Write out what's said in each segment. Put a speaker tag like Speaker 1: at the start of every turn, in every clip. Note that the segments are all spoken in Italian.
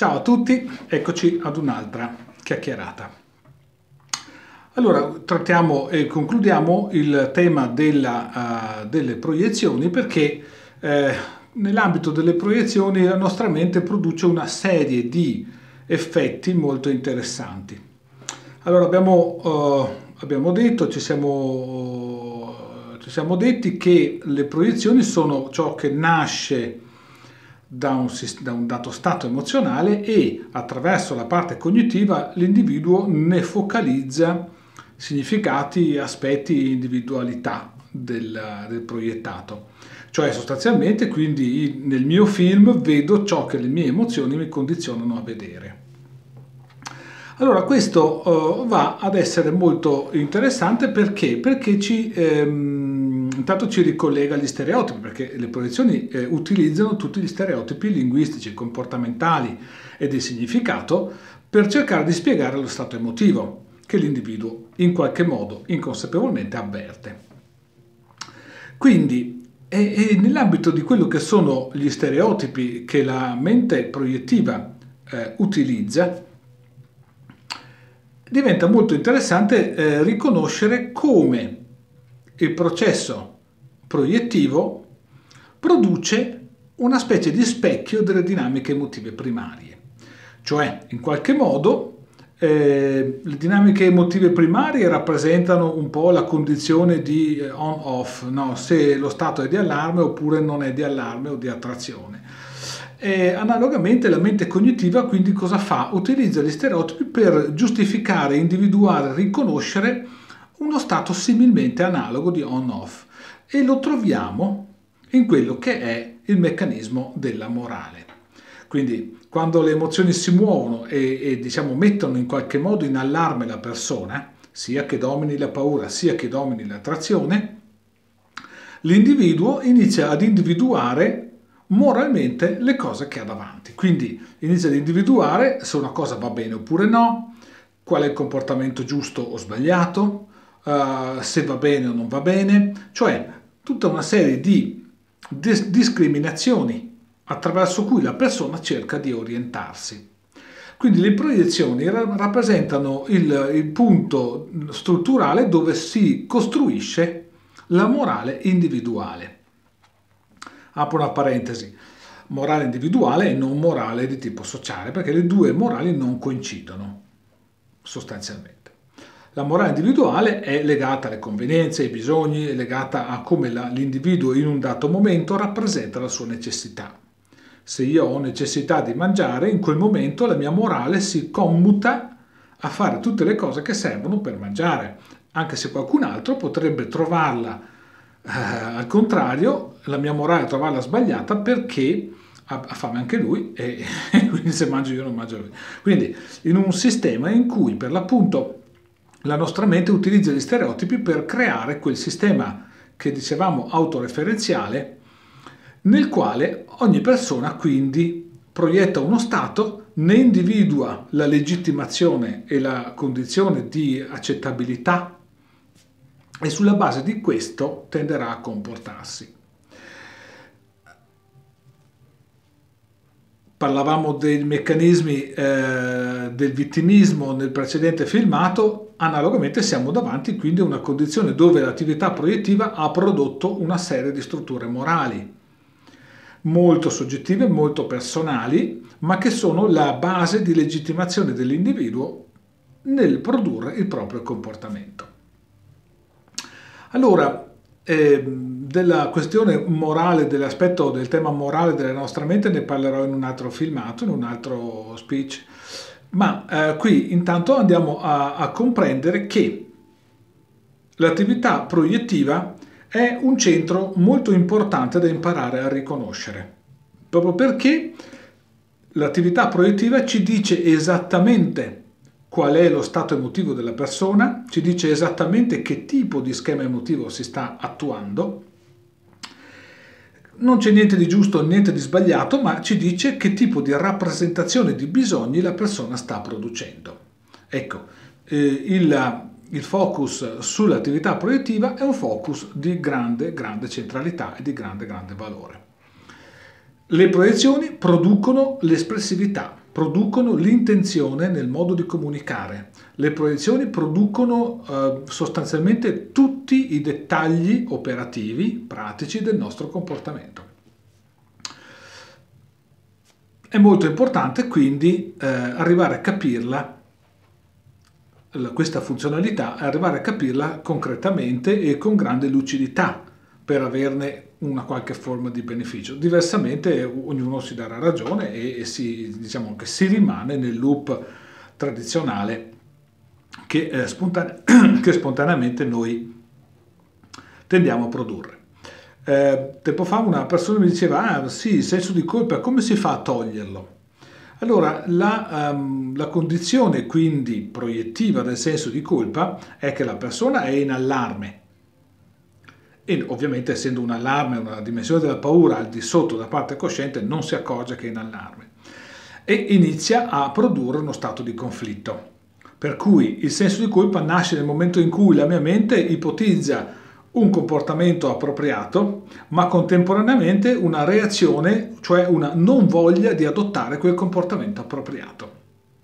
Speaker 1: Ciao a tutti, eccoci ad un'altra chiacchierata. Allora, trattiamo e concludiamo il tema delle proiezioni perché nell'ambito delle proiezioni la nostra mente produce una serie di effetti molto interessanti. Allora, abbiamo detto, ci siamo detti che le proiezioni sono ciò che nasce da un dato stato emozionale e attraverso la parte cognitiva l'individuo ne focalizza significati, aspetti, individualità del proiettato. Cioè sostanzialmente quindi nel mio film vedo ciò che le mie emozioni mi condizionano a vedere. Allora questo va ad essere molto interessante perché intanto ci ricollega agli stereotipi, perché le proiezioni utilizzano tutti gli stereotipi linguistici, comportamentali e di significato per cercare di spiegare lo stato emotivo che l'individuo in qualche modo inconsapevolmente avverte. Quindi nell'ambito di quello che sono gli stereotipi che la mente proiettiva utilizza, diventa molto interessante riconoscere come il processo proiettivo produce una specie di specchio delle dinamiche emotive primarie. Cioè, in qualche modo, le dinamiche emotive primarie rappresentano un po' la condizione di on-off, no? Se lo stato è di allarme oppure non è di allarme o di attrazione. Analogamente la mente cognitiva quindi cosa fa? Utilizza gli stereotipi per giustificare, individuare, riconoscere uno stato similmente analogo di on-off e lo troviamo in quello che è il meccanismo della morale. Quindi quando le emozioni si muovono e diciamo mettono in qualche modo in allarme la persona, sia che domini la paura sia che domini l'attrazione, l'individuo inizia ad individuare moralmente le cose che ha davanti. Quindi inizia ad individuare se una cosa va bene oppure no, qual è il comportamento giusto o sbagliato, se va bene o non va bene, cioè tutta una serie di discriminazioni attraverso cui la persona cerca di orientarsi. Quindi le proiezioni rappresentano il punto strutturale dove si costruisce la morale individuale. Apro una parentesi, morale individuale e non morale di tipo sociale, perché le due morali non coincidono sostanzialmente. La morale individuale è legata alle convenienze, ai bisogni, è legata a come l'individuo in un dato momento rappresenta la sua necessità. Se io ho necessità di mangiare, in quel momento la mia morale si commuta a fare tutte le cose che servono per mangiare, anche se qualcun altro potrebbe trovarla al contrario, la mia morale trovarla sbagliata perché ha fame anche lui e quindi se mangio io non mangio lui. Quindi in un sistema in cui per l'appunto la nostra mente utilizza gli stereotipi per creare quel sistema che dicevamo autoreferenziale, nel quale ogni persona quindi proietta uno stato, ne individua la legittimazione e la condizione di accettabilità e sulla base di questo tenderà a comportarsi. Parlavamo dei meccanismi del vittimismo nel precedente filmato, analogamente siamo davanti quindi a una condizione dove l'attività proiettiva ha prodotto una serie di strutture morali, molto soggettive, molto personali, ma che sono la base di legittimazione dell'individuo nel produrre il proprio comportamento. Allora, della questione morale, dell'aspetto del tema morale della nostra mente ne parlerò in un altro filmato, in un altro speech, ma qui intanto andiamo a comprendere che l'attività proiettiva è un centro molto importante da imparare a riconoscere, proprio perché l'attività proiettiva ci dice esattamente qual è lo stato emotivo della persona, ci dice esattamente che tipo di schema emotivo si sta attuando. Non c'è niente di giusto, niente di sbagliato, ma ci dice che tipo di rappresentazione di bisogni la persona sta producendo. Ecco, il focus sull'attività proiettiva è un focus di grande centralità e di grande valore. Le proiezioni producono l'espressività. producono l'intenzione nel modo di comunicare. Le proiezioni producono sostanzialmente tutti i dettagli operativi, pratici del nostro comportamento. È molto importante quindi arrivare a capirla, questa funzionalità, arrivare a capirla concretamente e con grande lucidità per averne una qualche forma di beneficio. Diversamente ognuno si darà ragione e diciamo che si rimane nel loop tradizionale che spontaneamente noi tendiamo a produrre. Tempo fa una persona mi diceva: ah sì, il senso di colpa, come si fa a toglierlo? Allora, la condizione quindi proiettiva del senso di colpa è che la persona è in allarme e ovviamente, essendo un allarme, una dimensione della paura al di sotto della parte cosciente, non si accorge che è in allarme e inizia a produrre uno stato di conflitto. Per cui il senso di colpa nasce nel momento in cui la mia mente ipotizza un comportamento appropriato, ma contemporaneamente una reazione, cioè una non voglia di adottare quel comportamento appropriato.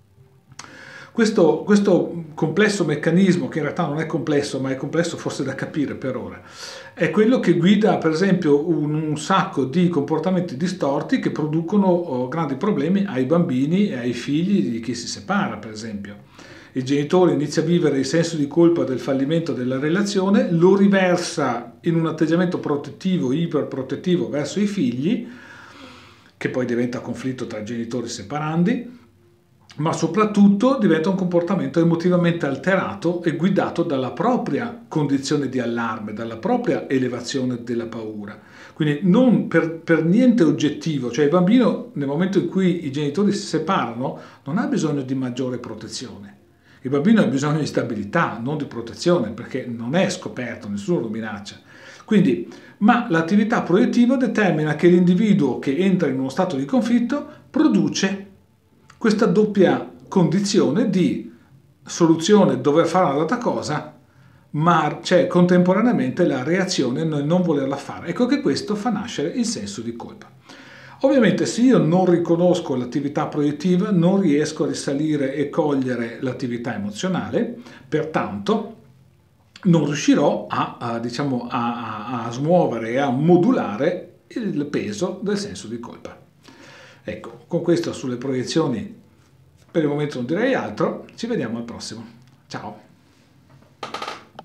Speaker 1: Questo complesso meccanismo, che in realtà non è complesso, ma è complesso forse da capire per ora, è quello che guida per esempio un sacco di comportamenti distorti che producono grandi problemi ai bambini e ai figli di chi si separa, per esempio. Il genitore inizia a vivere il senso di colpa del fallimento della relazione, lo riversa in un atteggiamento protettivo, iperprotettivo verso i figli, che poi diventa conflitto tra genitori separandi, ma soprattutto diventa un comportamento emotivamente alterato e guidato dalla propria condizione di allarme, dalla propria elevazione della paura. Quindi non per niente oggettivo, cioè il bambino nel momento in cui i genitori si separano non ha bisogno di maggiore protezione. Il bambino ha bisogno di stabilità, non di protezione, perché non è scoperto, nessuno lo minaccia. Quindi, ma l'attività proiettiva determina che l'individuo che entra in uno stato di conflitto produce questa doppia condizione di soluzione, dover fare una data cosa, ma c'è contemporaneamente la reazione nel non volerla fare. Ecco che questo fa nascere il senso di colpa. Ovviamente se io non riconosco l'attività proiettiva non riesco a risalire e cogliere l'attività emozionale, pertanto non riuscirò a smuovere e a modulare il peso del senso di colpa. Ecco, con questo sulle proiezioni per il momento non direi altro, ci vediamo al prossimo. Ciao!